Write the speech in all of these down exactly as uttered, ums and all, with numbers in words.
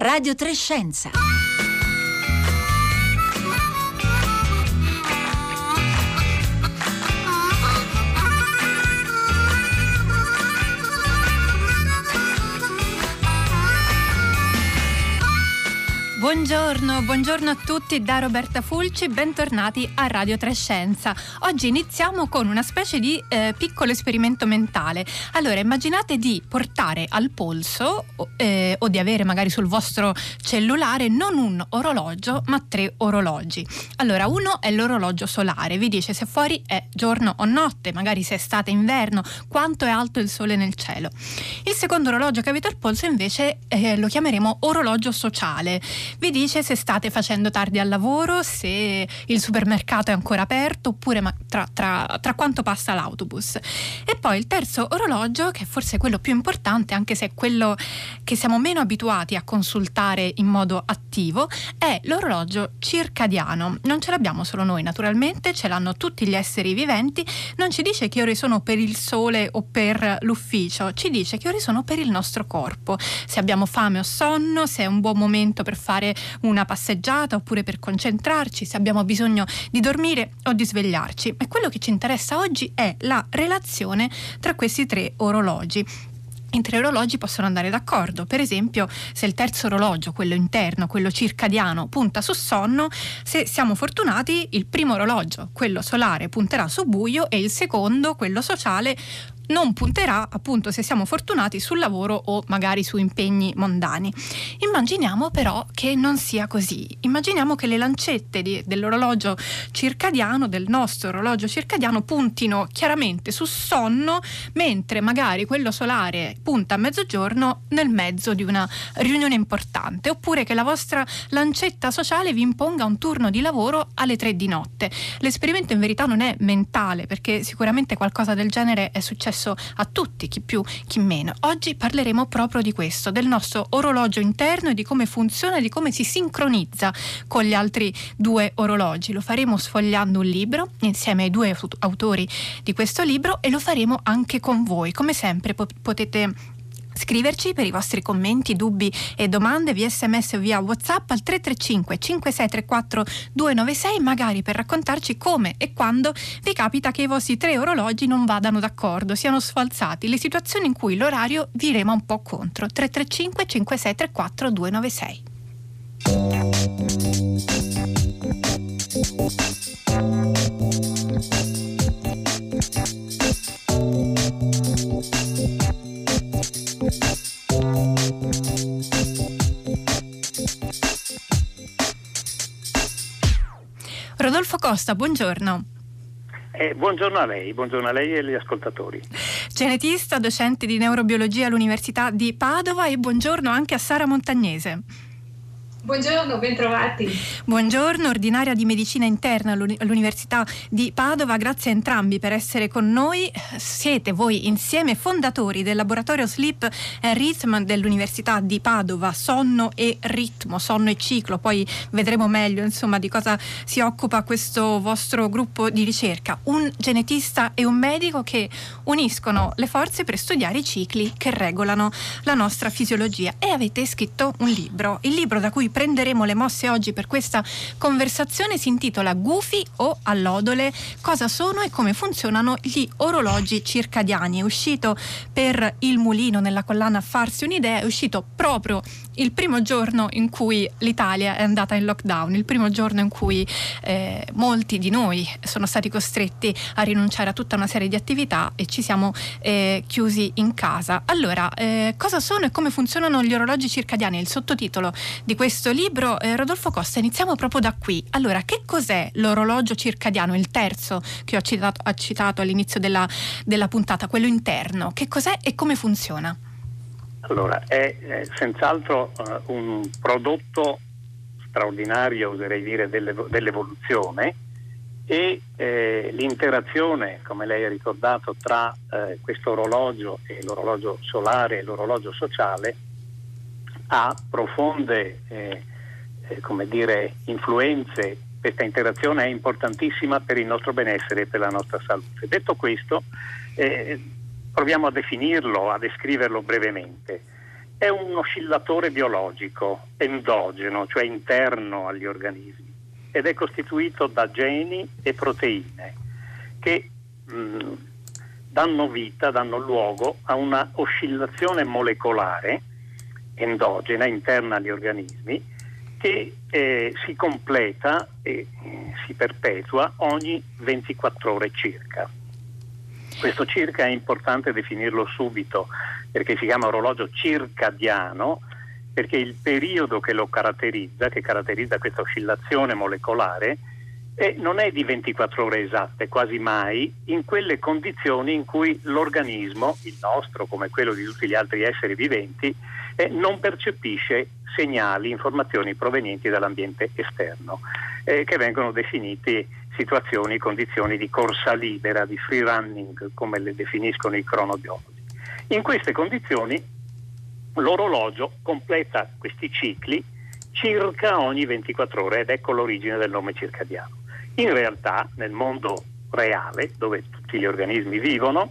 Radio tre Scienza. Buongiorno, buongiorno a tutti da Roberta Fulci, bentornati a Radio tre Scienza. Oggi iniziamo con una specie di eh, piccolo esperimento mentale. Allora, immaginate di portare al polso eh, o di avere magari sul vostro cellulare non un orologio, ma tre orologi. Allora, uno è l'orologio solare, vi dice se fuori è giorno o notte, magari se è estate, inverno, quanto è alto il sole nel cielo. Il secondo orologio che avete al polso invece eh, lo chiameremo orologio sociale. Vi dice se state facendo tardi al lavoro, se il supermercato è ancora aperto, oppure ma tra, tra, tra quanto passa l'autobus. E poi il terzo orologio, che è forse quello più importante, anche se è quello che siamo meno abituati a consultare in modo attivo, è l'orologio circadiano. Non ce l'abbiamo solo noi, naturalmente, ce l'hanno tutti gli esseri viventi. Non ci dice che ore sono per il sole o per l'ufficio, ci dice che ore sono per il nostro corpo, se abbiamo fame o sonno, se è un buon momento per fare una passeggiata oppure per concentrarci, se abbiamo bisogno di dormire o di svegliarci. E quello che ci interessa oggi è la relazione tra questi tre orologi. I tre orologi possono andare d'accordo. Per esempio, se il terzo orologio, quello interno, quello circadiano, punta su sonno, se siamo fortunati il primo orologio, quello solare, punterà su buio e il secondo, quello sociale, non punterà, appunto, se siamo fortunati, sul lavoro o magari su impegni mondani. Immaginiamo però che non sia così. Immaginiamo che le lancette di, dell'orologio circadiano, del nostro orologio circadiano, puntino chiaramente su sonno, mentre magari quello solare punta a mezzogiorno nel mezzo di una riunione importante, oppure che la vostra lancetta sociale vi imponga un turno di lavoro alle tre di notte. L'esperimento in verità non è mentale, perché sicuramente qualcosa del genere è successo a tutti, chi più chi meno. Oggi parleremo proprio di questo, del nostro orologio interno e di come funziona e di come si sincronizza con gli altri due orologi. Lo faremo sfogliando un libro insieme ai due autori di questo libro e lo faremo anche con voi. Come sempre po- potete scriverci per i vostri commenti, dubbi e domande via sms o via WhatsApp al tre tre cinque cinque sei tre quattro due nove sei, magari per raccontarci come e quando vi capita che i vostri tre orologi non vadano d'accordo, siano sfalsati, le situazioni in cui l'orario vi rema un po' contro. tre tre cinque cinque sei tre quattro due nove sei. Rodolfo Costa, buongiorno. Eh, buongiorno a lei, buongiorno a lei e agli ascoltatori. Genetista, docente di neurobiologia all'Università di Padova, e buongiorno anche a Sara Montagnese. Buongiorno, bentrovati. Buongiorno, ordinaria di medicina interna all'Università di Padova. Grazie a entrambi per essere con noi. Siete voi insieme fondatori del laboratorio Sleep and Rhythm dell'Università di Padova, sonno e ritmo, sonno e ciclo. Poi vedremo meglio, insomma, di cosa si occupa questo vostro gruppo di ricerca. Un genetista e un medico che uniscono le forze per studiare i cicli che regolano la nostra fisiologia. E avete scritto un libro. Il libro da cui prenderemo le mosse oggi per questa conversazione si intitola Gufi o Allodole, cosa sono e come funzionano gli orologi circadiani. È uscito per Il Mulino nella collana Farsi un'idea, è uscito proprio il primo giorno in cui l'Italia è andata in lockdown, il primo giorno in cui eh, molti di noi sono stati costretti a rinunciare a tutta una serie di attività e ci siamo eh, chiusi in casa. Allora, eh, cosa sono e come funzionano gli orologi circadiani? Il sottotitolo di questo libro. eh, Rodolfo Costa, iniziamo proprio da qui. Allora, che cos'è l'orologio circadiano, il terzo che ho citato, ho citato all'inizio della, della puntata, quello interno? Che cos'è e come funziona? Allora, è, è senz'altro uh, un prodotto straordinario, oserei dire, dell'evo- dell'evoluzione e eh, l'interazione, come lei ha ricordato, tra eh, questo orologio e l'orologio solare e l'orologio sociale ha profonde eh, eh, come dire, influenze. Questa interazione è importantissima per il nostro benessere e per la nostra salute. Detto questo, eh, proviamo a definirlo, a descriverlo brevemente. è un oscillatore biologico endogeno, cioè interno agli organismi, ed è costituito da geni e proteine che mh, danno vita, danno luogo a una oscillazione molecolare endogena, interna agli organismi, che eh, si completa e eh, si perpetua ogni ventiquattro ore circa. Questo circa è importante definirlo subito, perché si chiama orologio circadiano, perché il periodo che lo caratterizza, che caratterizza questa oscillazione molecolare, eh, non è di ventiquattro ore esatte, quasi mai, in quelle condizioni in cui l'organismo, il nostro come quello di tutti gli altri esseri viventi, eh, non percepisce segnali, informazioni provenienti dall'ambiente esterno, eh, che vengono definiti situazioni, condizioni di corsa libera, di free running, come le definiscono i cronobiologi. In queste condizioni l'orologio completa questi cicli circa ogni ventiquattro ore, ed ecco l'origine del nome circadiano. In realtà, nel mondo reale, dove tutti gli organismi vivono,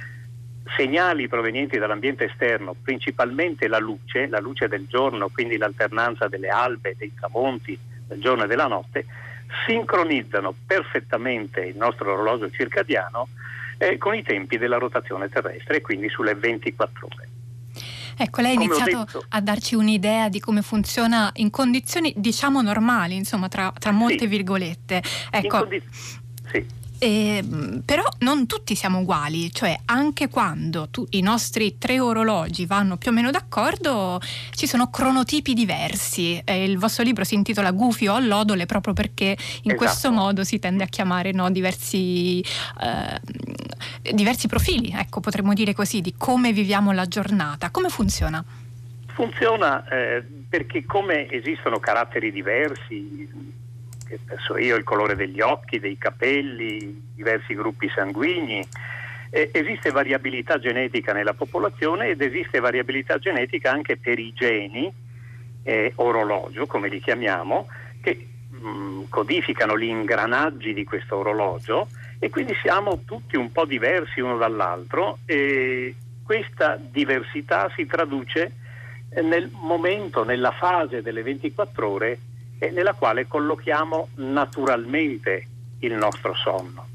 segnali provenienti dall'ambiente esterno, principalmente la luce, la luce del giorno, quindi l'alternanza delle albe, dei tramonti, del giorno e della notte, sincronizzano perfettamente il nostro orologio circadiano eh, con i tempi della rotazione terrestre, e quindi sulle ventiquattro ore. Ecco, lei ha Come ho iniziato detto, a darci un'idea di come funziona in condizioni, diciamo, normali, insomma, tra, tra molte Sì. virgolette. in Ecco, condi- sì. eh, però non tutti siamo uguali, cioè anche quando tu, i nostri tre orologi vanno più o meno d'accordo, ci sono cronotipi diversi. Eh, il vostro libro si intitola Gufi o allodole proprio perché in Esatto. questo modo si tende a chiamare, no, diversi, eh, diversi profili, ecco, potremmo dire così, di come viviamo la giornata. Come funziona? Funziona eh, perché come esistono caratteri diversi, che so io, il colore degli occhi, dei capelli, diversi gruppi sanguigni, eh, esiste variabilità genetica nella popolazione, ed esiste variabilità genetica anche per i geni eh, orologio, come li chiamiamo, che mh, codificano gli ingranaggi di questo orologio, e quindi siamo tutti un po' diversi uno dall'altro, e questa diversità si traduce nel momento, nella fase delle ventiquattro ore eh, nella quale collochiamo naturalmente il nostro sonno.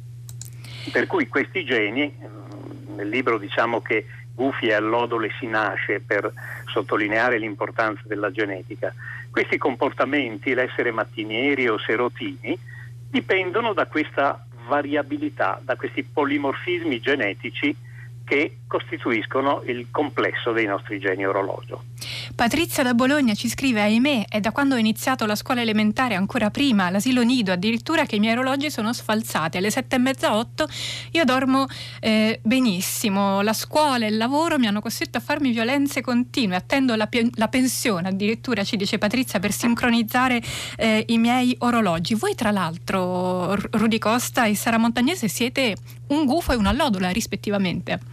Per cui questi geni, nel libro diciamo che Gufi e allodole si nasce per sottolineare l'importanza della genetica, questi comportamenti, l'essere mattinieri o serotini, dipendono da questa variabilità, da questi polimorfismi genetici che costituiscono il complesso dei nostri geni orologio. Patrizia da Bologna ci scrive: ahimè, è da quando ho iniziato la scuola elementare, ancora prima l'asilo nido addirittura, che i miei orologi sono sfalsati. Alle sette e mezza, otto io dormo eh, benissimo. La scuola e il lavoro mi hanno costretto a farmi violenze continue. Attendo la, pe- la pensione addirittura, ci dice Patrizia, per sincronizzare eh, i miei orologi. Voi tra l'altro, R- Rudy Costa e Sara Montagnese, siete un gufo e una allodola rispettivamente.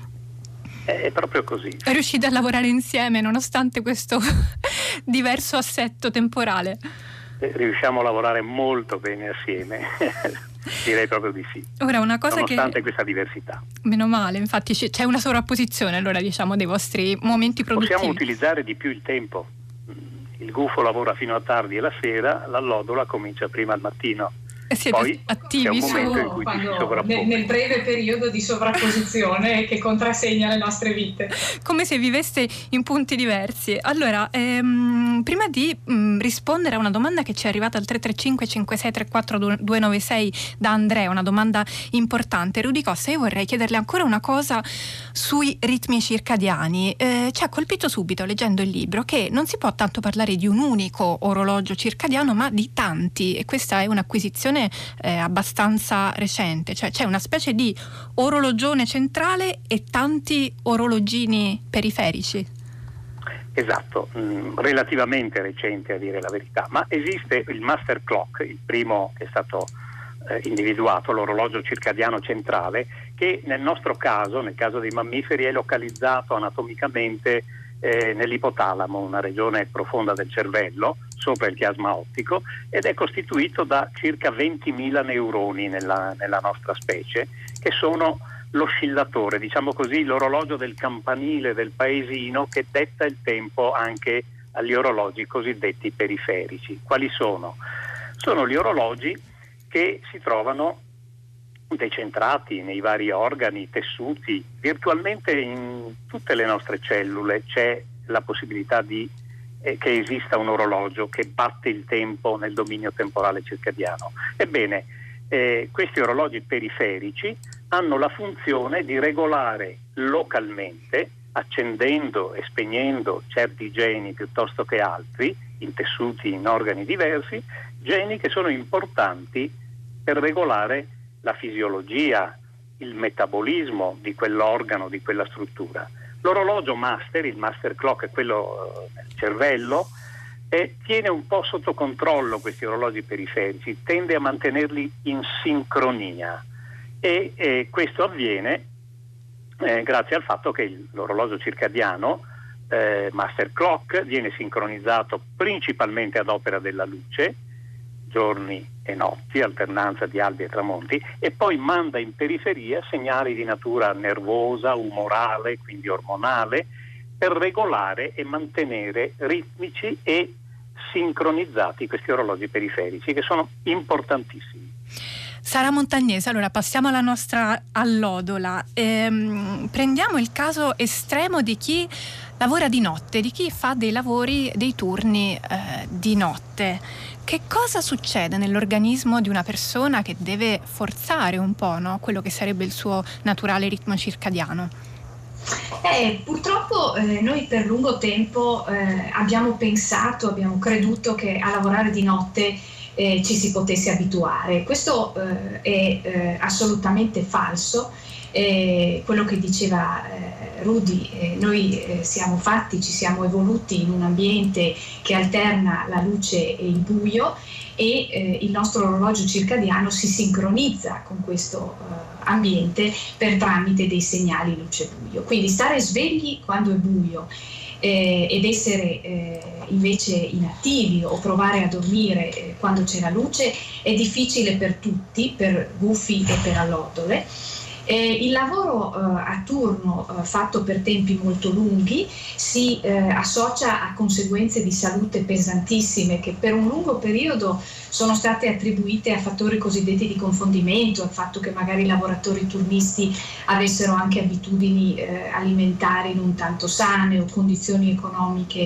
È proprio così. Riuscite a lavorare insieme nonostante questo diverso assetto temporale? Riusciamo a lavorare molto bene assieme, direi proprio di sì. Ora, una cosa nonostante che... questa diversità. Meno male, infatti c'è una sovrapposizione, allora, diciamo, dei vostri momenti produttivi. Possiamo utilizzare di più il tempo. Il gufo lavora fino a tardi e la sera, l'allodola comincia prima al mattino. E siete Poi attivi c'è un su... momento in cui ci si Quando, sovrappone. nel, nel breve periodo di sovrapposizione che contrassegna le nostre vite. Come se viveste in punti diversi. Allora, ehm, prima di mh, rispondere a una domanda che ci è arrivata al tre tre cinque cinque sei tre quattro due nove sei da Andrea, una domanda importante, Rudy Costa, io vorrei chiederle ancora una cosa sui ritmi circadiani. Eh, ci ha colpito subito, leggendo il libro, che non si può tanto parlare di un unico orologio circadiano, ma di tanti, e questa è un'acquisizione eh, abbastanza recente, cioè c'è una specie di orologione centrale e tanti orologini periferici. Esatto, mh, relativamente recente a dire la verità, ma esiste il master clock, il primo che è stato eh, individuato, l'orologio circadiano centrale, che nel nostro caso, nel caso dei mammiferi, è localizzato anatomicamente eh, nell'ipotalamo, una regione profonda del cervello, sopra il chiasma ottico, ed è costituito da circa ventimila neuroni nella, nella nostra specie, che sono l'oscillatore, diciamo così, l'orologio del campanile del paesino che detta il tempo anche agli orologi cosiddetti periferici. Quali sono? Sono gli orologi che si trovano decentrati nei vari organi, tessuti, virtualmente in tutte le nostre cellule c'è la possibilità di eh, che esista un orologio che batte il tempo nel dominio temporale circadiano. Ebbene, eh, questi orologi periferici hanno la funzione di regolare localmente, accendendo e spegnendo certi geni piuttosto che altri, in tessuti, in organi diversi, geni che sono importanti per regolare la fisiologia, il metabolismo di quell'organo, di quella struttura. L'orologio master, il master clock, è quello nel cervello, e tiene un po' sotto controllo questi orologi periferici, tende a mantenerli in sincronia e, e questo avviene eh, grazie al fatto che il, l'orologio circadiano eh, master clock viene sincronizzato principalmente ad opera della luce, giorni e notti, alternanza di albi e tramonti, e poi manda in periferia segnali di natura nervosa, umorale, quindi ormonale, per regolare e mantenere ritmici e sincronizzati questi orologi periferici, che sono importantissimi. Sara Montagnese, allora passiamo alla nostra allodola. Ehm, prendiamo il caso estremo di chi lavora di notte, di chi fa dei lavori, dei turni eh, di notte. Che cosa succede nell'organismo di una persona che deve forzare un po', no? Quello che sarebbe il suo naturale ritmo circadiano? Eh, purtroppo eh, noi per lungo tempo eh, abbiamo pensato, abbiamo creduto che a lavorare di notte eh, ci si potesse abituare. Questo eh, è eh, assolutamente falso. Eh, quello che diceva eh, Rudy, eh, noi eh, siamo fatti, ci siamo evoluti in un ambiente che alterna la luce e il buio, e eh, il nostro orologio circadiano si sincronizza con questo eh, ambiente per tramite dei segnali luce-buio. Quindi stare svegli quando è buio eh, ed essere eh, invece inattivi o provare a dormire eh, quando c'è la luce è difficile per tutti, per gufi e per allodole. Eh, il lavoro eh, a turno eh, fatto per tempi molto lunghi si eh, associa a conseguenze di salute pesantissime che per un lungo periodo sono state attribuite a fattori cosiddetti di confondimento, al fatto che magari i lavoratori turnisti avessero anche abitudini eh, alimentari non tanto sane o condizioni economiche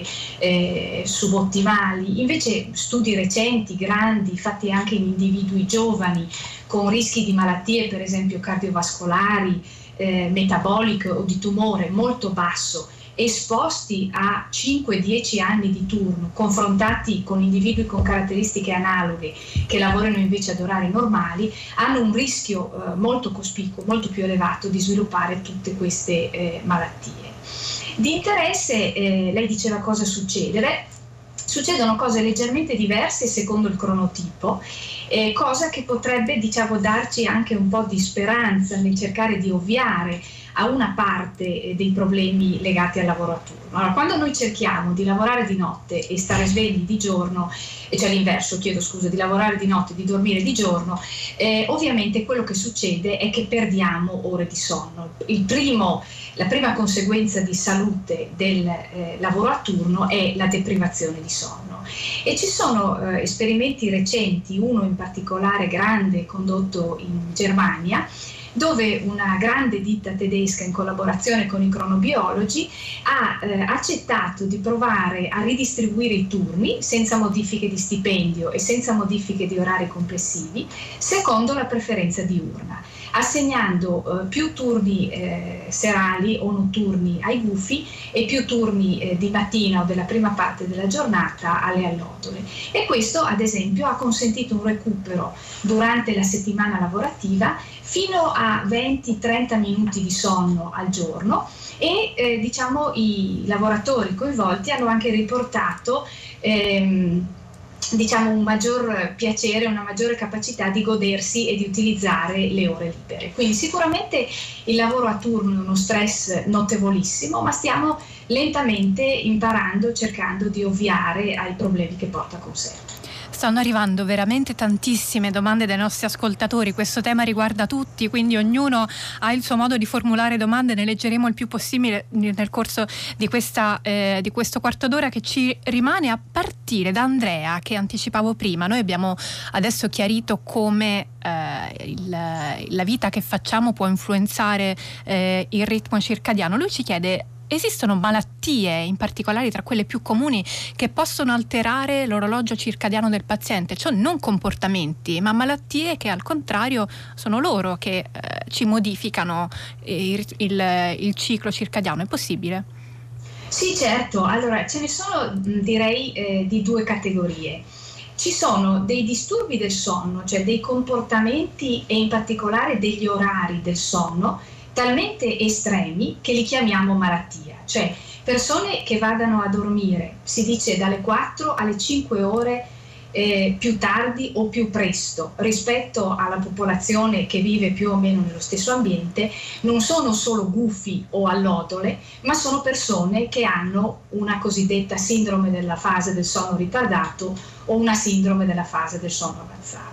eh, subottimali. Invece studi recenti, grandi, fatti anche in individui giovani, con rischi di malattie per esempio cardiovascolari, eh, metaboliche o di tumore molto basso, esposti a cinque dieci anni di turno, confrontati con individui con caratteristiche analoghe che lavorano invece ad orari normali, hanno un rischio eh, molto cospicuo, molto più elevato di sviluppare tutte queste eh, malattie. Di interesse, eh, lei diceva cosa succede? Beh, succedono cose leggermente diverse secondo il cronotipo, eh, cosa che potrebbe, diciamo, darci anche un po' di speranza nel cercare di ovviare a una parte eh, dei problemi legati al lavoro a turno. Allora, quando noi cerchiamo di lavorare di notte e stare svegli di giorno, e cioè l'inverso, chiedo scusa, di lavorare di notte e di dormire di giorno, eh, ovviamente quello che succede è che perdiamo ore di sonno. Il primo, la prima conseguenza di salute del eh, lavoro a turno è la deprivazione di sonno. E ci sono eh, esperimenti recenti, uno in particolare grande condotto in Germania, dove una grande ditta tedesca in collaborazione con i cronobiologi ha eh, accettato di provare a ridistribuire i turni senza modifiche di stipendio e senza modifiche di orari complessivi secondo la preferenza diurna, assegnando eh, più turni eh, serali o notturni ai gufi e più turni eh, di mattina o della prima parte della giornata alle allodole. E questo, ad esempio, ha consentito un recupero durante la settimana lavorativa fino a venti trenta minuti di sonno al giorno, e eh, diciamo i lavoratori coinvolti hanno anche riportato ehm, diciamo un maggior piacere, una maggiore capacità di godersi e di utilizzare le ore libere. Quindi sicuramente il lavoro a turno è uno stress notevolissimo, ma stiamo lentamente imparando, cercando di ovviare ai problemi che porta con sé. Stanno arrivando veramente tantissime domande dai nostri ascoltatori, questo tema riguarda tutti, quindi ognuno ha il suo modo di formulare domande, ne leggeremo il più possibile nel corso di, questa, eh, di questo quarto d'ora che ci rimane, a partire da Andrea, che anticipavo prima. Noi abbiamo adesso chiarito come eh, il, la vita che facciamo può influenzare eh, il ritmo circadiano. Lui ci chiede: esistono malattie, in particolare tra quelle più comuni, che possono alterare l'orologio circadiano del paziente? Cioè non comportamenti, ma malattie che al contrario sono loro che eh, ci modificano il, il, il ciclo circadiano. È possibile? Sì, certo. Allora, ce ne sono direi eh, di due categorie. Ci sono dei disturbi del sonno, cioè dei comportamenti e in particolare degli orari del sonno talmente estremi che li chiamiamo malattia, cioè persone che vadano a dormire, si dice dalle quattro alle cinque ore eh, più tardi o più presto rispetto alla popolazione che vive più o meno nello stesso ambiente, non sono solo gufi o allodole, ma sono persone che hanno una cosiddetta sindrome della fase del sonno ritardato o una sindrome della fase del sonno avanzato.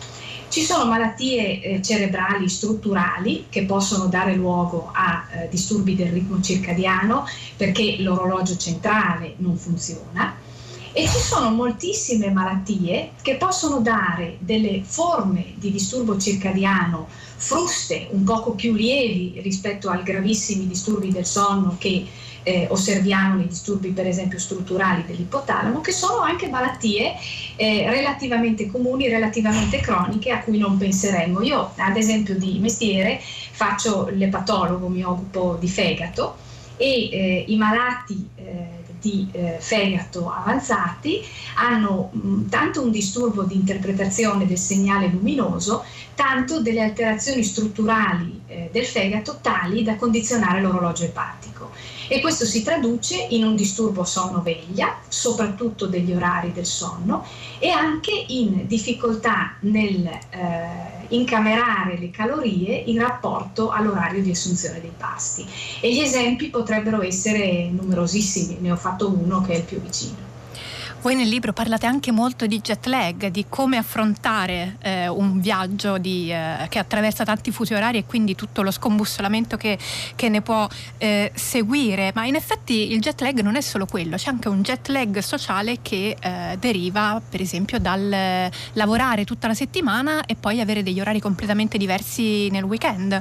Ci sono malattie eh, cerebrali strutturali che possono dare luogo a eh, disturbi del ritmo circadiano perché l'orologio centrale non funziona, e ci sono moltissime malattie che possono dare delle forme di disturbo circadiano fruste, un poco più lievi rispetto ai gravissimi disturbi del sonno che eh, osserviamo nei disturbi per esempio strutturali dell'ipotalamo, che sono anche malattie eh, relativamente comuni, relativamente croniche, a cui non penseremmo. Io ad esempio di mestiere faccio l'epatologo, mi occupo di fegato, e eh, i malati eh, di eh, fegato avanzati hanno mh, tanto un disturbo di interpretazione del segnale luminoso, tanto delle alterazioni strutturali eh, del fegato tali da condizionare l'orologio epatico, e questo si traduce in un disturbo sonno-veglia, soprattutto degli orari del sonno, e anche in difficoltà nel eh, incamerare le calorie in rapporto all'orario di assunzione dei pasti. E gli esempi potrebbero essere numerosissimi, ne ho fatto uno che è il più vicino. Voi nel libro parlate anche molto di jet lag, di come affrontare eh, un viaggio di, eh, che attraversa tanti fusi orari e quindi tutto lo scombussolamento che, che ne può eh, seguire. Ma in effetti il jet lag non è solo quello, c'è anche un jet lag sociale che eh, deriva per esempio dal eh, lavorare tutta la settimana e poi avere degli orari completamente diversi nel weekend.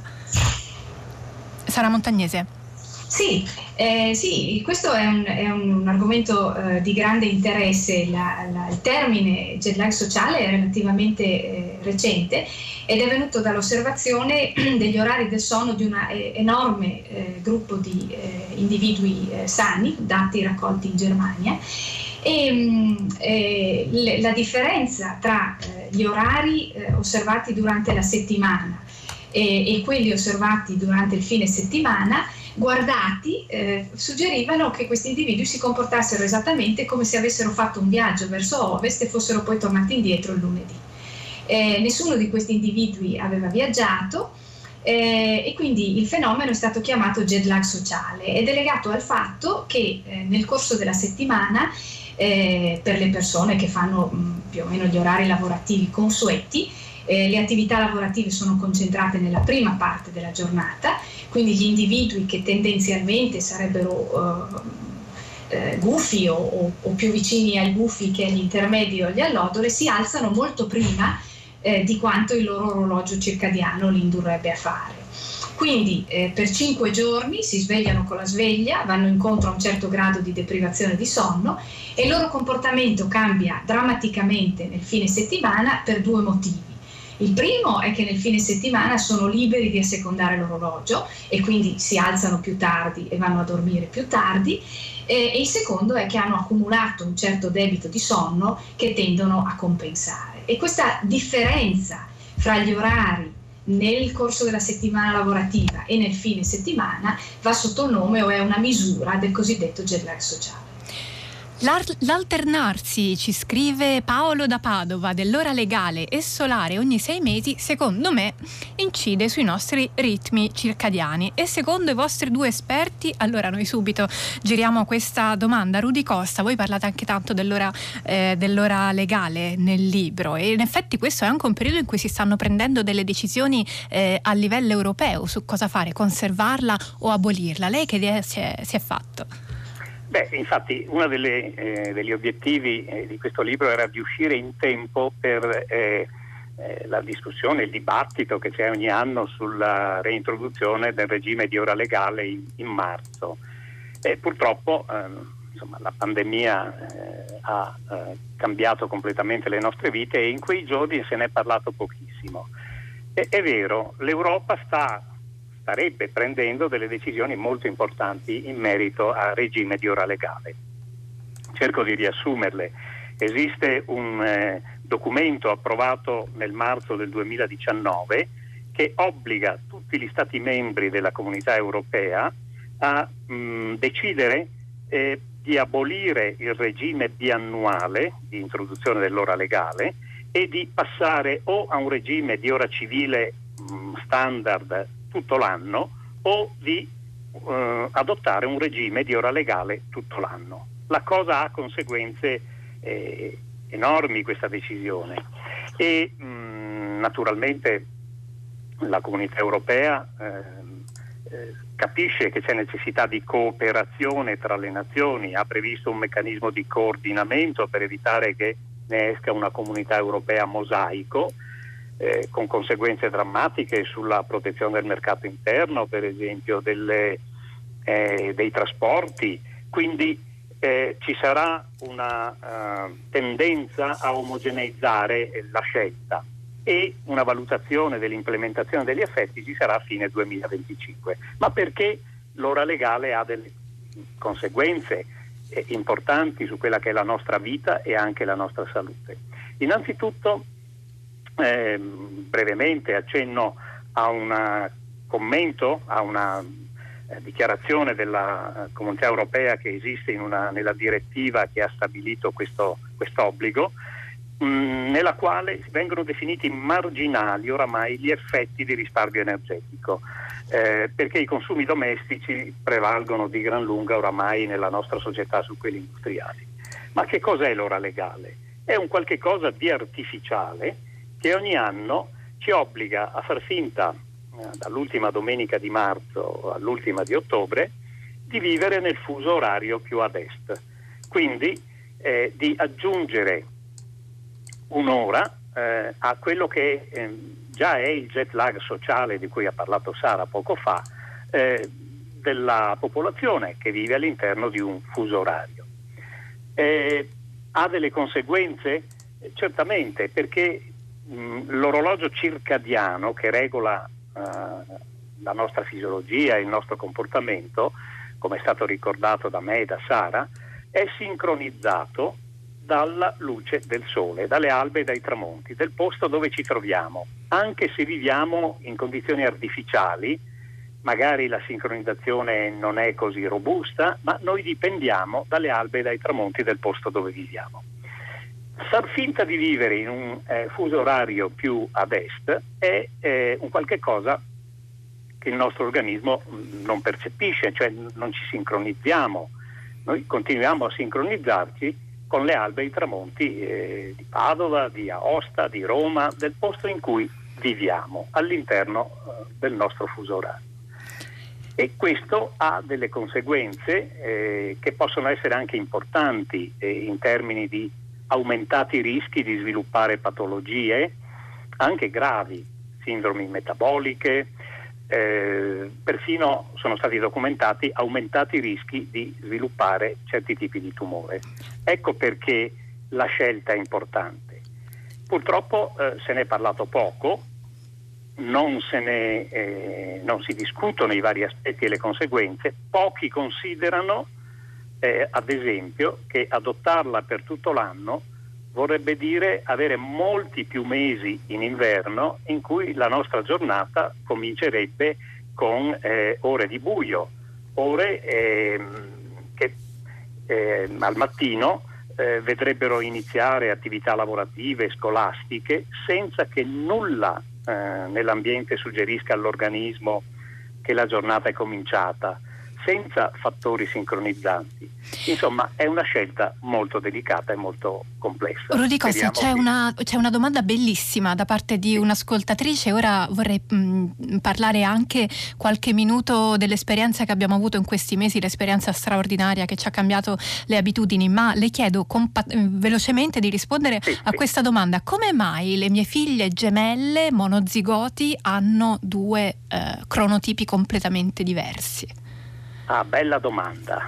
Sara Montagnese. Sì, eh, sì, questo è un, è un argomento eh, di grande interesse. La, la, il termine jet lag sociale è relativamente eh, recente ed è venuto dall'osservazione degli orari del sonno di un eh, enorme eh, gruppo di eh, individui eh, sani, dati raccolti in Germania. E mh, eh, le, la differenza tra eh, gli orari eh, osservati durante la settimana e, e quelli osservati durante il fine settimana, guardati, eh, suggerivano che questi individui si comportassero esattamente come se avessero fatto un viaggio verso ovest e fossero poi tornati indietro il lunedì. Eh, nessuno di questi individui aveva viaggiato eh, e quindi il fenomeno è stato chiamato jet lag sociale ed è legato al fatto che eh, nel corso della settimana eh, per le persone che fanno mh, più o meno gli orari lavorativi consueti, Eh, le attività lavorative sono concentrate nella prima parte della giornata, quindi gli individui che tendenzialmente sarebbero eh, eh, gufi o, o, o più vicini ai gufi che agli intermedi o agli allodole si alzano molto prima eh, di quanto il loro orologio circadiano li indurrebbe a fare. Quindi eh, per cinque giorni si svegliano con la sveglia, vanno incontro a un certo grado di deprivazione di sonno e il loro comportamento cambia drammaticamente nel fine settimana per due motivi. Il primo è che nel fine settimana sono liberi di assecondare l'orologio e quindi si alzano più tardi e vanno a dormire più tardi, e, e il secondo è che hanno accumulato un certo debito di sonno che tendono a compensare. E questa differenza fra gli orari nel corso della settimana lavorativa e nel fine settimana va sotto il nome o è una misura del cosiddetto jet lag sociale. L'alternarsi, ci scrive Paolo da Padova, dell'ora legale e solare ogni sei mesi, secondo me incide sui nostri ritmi circadiani. E secondo i vostri due esperti, allora noi subito giriamo questa domanda. Rudy Costa, voi parlate anche tanto dell'ora, eh, dell'ora legale nel libro, e in effetti questo è anche un periodo in cui si stanno prendendo delle decisioni eh, a livello europeo su cosa fare, conservarla o abolirla. Lei che idea si è, si è fatto? Beh, infatti uno delle, eh, degli obiettivi eh, di questo libro era di uscire in tempo per eh, eh, la discussione, il dibattito che c'è ogni anno sulla reintroduzione del regime di ora legale in, in marzo. E purtroppo eh, insomma, la pandemia eh, ha eh, cambiato completamente le nostre vite e in quei giorni se ne è parlato pochissimo. E, è vero, l'Europa sta... starebbe prendendo delle decisioni molto importanti in merito al regime di ora legale. Cerco di riassumerle. Esiste un eh, documento approvato nel marzo del duemiladiciannove che obbliga tutti gli Stati membri della Comunità Europea a mh, decidere eh, di abolire il regime biannuale di introduzione dell'ora legale e di passare o a un regime di ora civile mh, standard tutto l'anno o di eh, adottare un regime di ora legale tutto l'anno. La cosa ha conseguenze eh, enormi, questa decisione, e mh, naturalmente la Comunità Europea eh, eh, capisce che c'è necessità di cooperazione tra le nazioni, ha previsto un meccanismo di coordinamento per evitare che ne esca una Comunità Europea mosaico, Eh, con conseguenze drammatiche sulla protezione del mercato interno, per esempio delle, eh, dei trasporti. Quindi eh, ci sarà una uh, tendenza a omogeneizzare eh, la scelta e una valutazione dell'implementazione degli effetti ci sarà a fine duemilaventicinque. Ma perché l'ora legale ha delle conseguenze eh, importanti su quella che è la nostra vita e anche la nostra salute. Innanzitutto, Eh, brevemente accenno a un commento, a una eh, dichiarazione della eh, Comunità Europea che esiste in una, nella direttiva che ha stabilito questo quest'obbligo, mh, nella quale vengono definiti marginali oramai gli effetti di risparmio energetico, eh, perché i consumi domestici prevalgono di gran lunga oramai nella nostra società su quelli industriali. Ma che cos'è l'ora legale? È un qualche cosa di artificiale che ogni anno ci obbliga a far finta, eh, dall'ultima domenica di marzo all'ultima di ottobre, di vivere nel fuso orario più ad est. Quindi eh, di aggiungere un'ora eh, a quello che eh, già è il jet lag sociale di cui ha parlato Sara poco fa, eh, della popolazione che vive all'interno di un fuso orario. Eh, ha delle conseguenze? Eh, certamente, perché l'orologio circadiano che regola uh, la nostra fisiologia e il nostro comportamento, come è stato ricordato da me e da Sara, è sincronizzato dalla luce del sole, dalle albe e dai tramonti, del posto dove ci troviamo. Anche se viviamo in condizioni artificiali, magari la sincronizzazione non è così robusta, ma noi dipendiamo dalle albe e dai tramonti del posto dove viviamo. Far finta di vivere in un eh, fuso orario più ad est è eh, un qualche cosa che il nostro organismo non percepisce, cioè non ci sincronizziamo. Noi continuiamo a sincronizzarci con le albe e i tramonti eh, di Padova, di Aosta, di Roma, del posto in cui viviamo, all'interno eh, del nostro fuso orario. E questo ha delle conseguenze eh, che possono essere anche importanti eh, in termini di aumentati rischi di sviluppare patologie, anche gravi, sindromi metaboliche, eh, perfino sono stati documentati aumentati rischi di sviluppare certi tipi di tumore. Ecco perché la scelta è importante. Purtroppo eh, se ne è parlato poco, non, se ne, eh, non si discutono i vari aspetti e le conseguenze, pochi considerano Eh, ad esempio che adottarla per tutto l'anno vorrebbe dire avere molti più mesi in inverno in cui la nostra giornata comincerebbe con eh, ore di buio, ore eh, che eh, al mattino eh, vedrebbero iniziare attività lavorative, scolastiche, senza che nulla eh, nell'ambiente suggerisca all'organismo che la giornata è cominciata, senza fattori sincronizzanti. Insomma, è una scelta molto delicata e molto complessa. Rudy Costa, c'è una, c'è una domanda bellissima da parte di un'ascoltatrice. Ora vorrei mh, parlare anche qualche minuto dell'esperienza che abbiamo avuto in questi mesi, l'esperienza straordinaria che ci ha cambiato le abitudini, ma le chiedo compa- velocemente di rispondere sì, a sì. questa domanda: come mai le mie figlie gemelle monozigoti hanno due eh, cronotipi completamente diversi? Ah, bella domanda.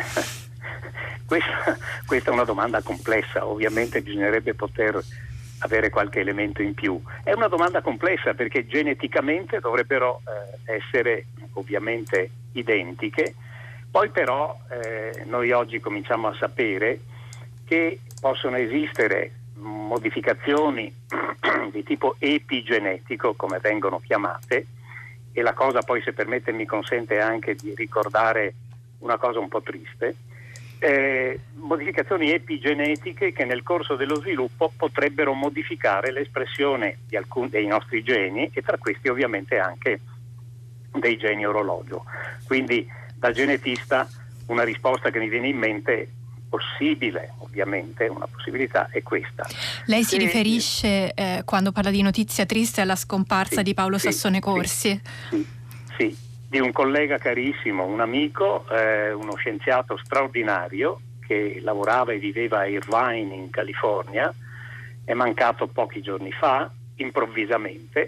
questa, questa è una domanda complessa, ovviamente bisognerebbe poter avere qualche elemento in più. È una domanda complessa perché geneticamente dovrebbero eh, essere ovviamente identiche, poi però eh, noi oggi cominciamo a sapere che possono esistere modificazioni di tipo epigenetico, come vengono chiamate, e la cosa poi, se permette, mi consente anche di ricordare una cosa un po' triste, eh, modificazioni epigenetiche che nel corso dello sviluppo potrebbero modificare l'espressione di alcuni dei nostri geni, e tra questi ovviamente anche dei geni orologio. Quindi da genetista una risposta che mi viene in mente, possibile, ovviamente una possibilità, è questa. Lei si e, riferisce eh, quando parla di notizia triste alla scomparsa sì, di Paolo sì, Sassone Corsi? Sì, sì, sì, di un collega carissimo, un amico, eh, uno scienziato straordinario che lavorava e viveva a Irvine in California. È mancato pochi giorni fa, improvvisamente,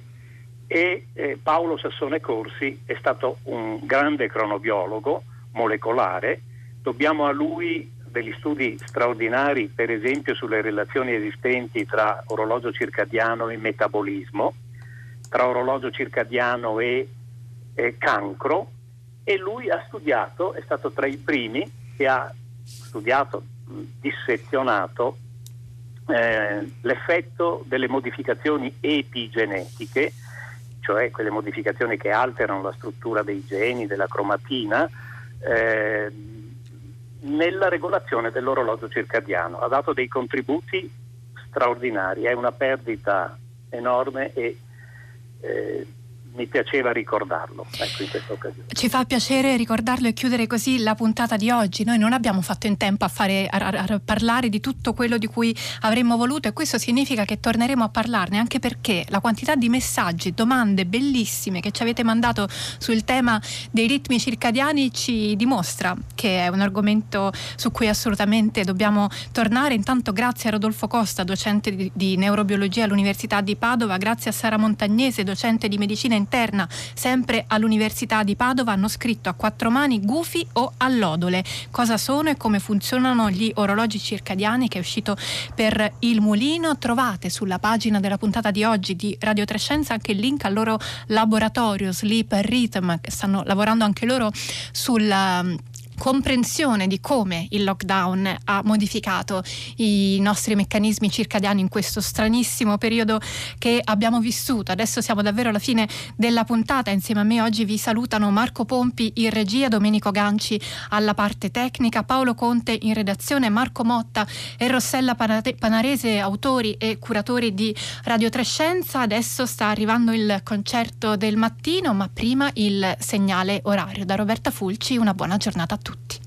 e eh, Paolo Sassone Corsi è stato un grande cronobiologo molecolare. Dobbiamo a lui degli studi straordinari, per esempio sulle relazioni esistenti tra orologio circadiano e metabolismo, tra orologio circadiano e, e cancro, e lui ha studiato, è stato tra i primi che ha studiato, dissezionato eh, l'effetto delle modificazioni epigenetiche, cioè quelle modificazioni che alterano la struttura dei geni, della cromatina, eh, nella regolazione dell'orologio circadiano. Ha dato dei contributi straordinari, è una perdita enorme e eh, mi piaceva ricordarlo, ecco, in questa occasione. Ci fa piacere ricordarlo e chiudere così la puntata di oggi. Noi non abbiamo fatto in tempo a, fare, a, a parlare di tutto quello di cui avremmo voluto, e questo significa che torneremo a parlarne, anche perché la quantità di messaggi, domande bellissime che ci avete mandato sul tema dei ritmi circadiani ci dimostra che è un argomento su cui assolutamente dobbiamo tornare. Intanto grazie a Rodolfo Costa, docente di, di neurobiologia all'Università di Padova, grazie a Sara Montagnese, docente di medicina interna sempre all'Università di Padova. Hanno scritto a quattro mani: gufi o allodole, cosa sono e come funzionano gli orologi circadiani, che è uscito per Il Mulino. Trovate sulla pagina della puntata di oggi di Radio Trescenza anche il link al loro laboratorio Sleep Rhythm, che stanno lavorando anche loro sulla comprensione di come il lockdown ha modificato i nostri meccanismi circadiani in questo stranissimo periodo che abbiamo vissuto. Adesso siamo davvero alla fine della puntata. Insieme a me oggi vi salutano Marco Pompi in regia, Domenico Ganci alla parte tecnica, Paolo Conte in redazione, Marco Motta e Rossella Panarese, autori e curatori di Radio Trescenza. Adesso sta arrivando il concerto del mattino, ma prima il segnale orario. Da Roberta Fulci una buona giornata a tutti.